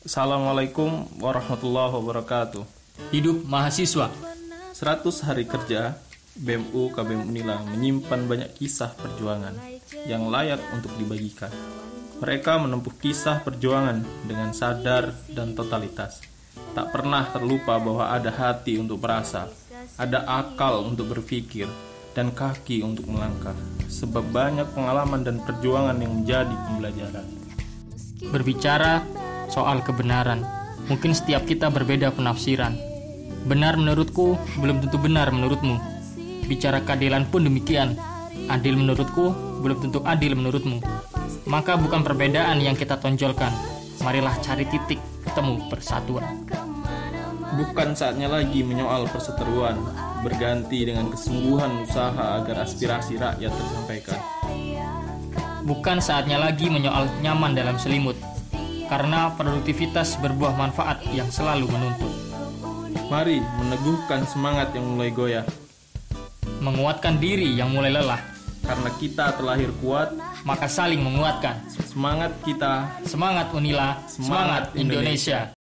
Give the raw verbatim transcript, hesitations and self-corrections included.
Assalamualaikum warahmatullahi wabarakatuh. Hidup mahasiswa. seratus hari kerja, B M U K B M Unila menyimpan banyak kisah perjuangan yang layak untuk dibagikan. Mereka menempuh kisah perjuangan dengan sadar dan totalitas. Tak pernah terlupa bahwa ada hati untuk merasa, ada akal untuk berpikir, dan kaki untuk melangkah. Sebab banyak pengalaman dan perjuangan yang menjadi pembelajaran. Berbicara soal kebenaran, mungkin setiap kita berbeda penafsiran. Benar menurutku belum tentu benar menurutmu. Bicara keadilan pun demikian. Adil menurutku belum tentu adil menurutmu. Maka bukan perbedaan yang kita tonjolkan. Marilah cari titik temu persatuan. Bukan saatnya lagi menyoal perseteruan, berganti dengan kesungguhan usaha agar aspirasi rakyat tersampaikan. Bukan saatnya lagi menyoal nyaman dalam selimut, karena produktivitas berbuah manfaat yang selalu menuntut. Mari meneguhkan semangat yang mulai goyah, menguatkan diri yang mulai lelah. Karena kita terlahir kuat, maka saling menguatkan. Semangat kita, semangat Unila, semangat, semangat Indonesia.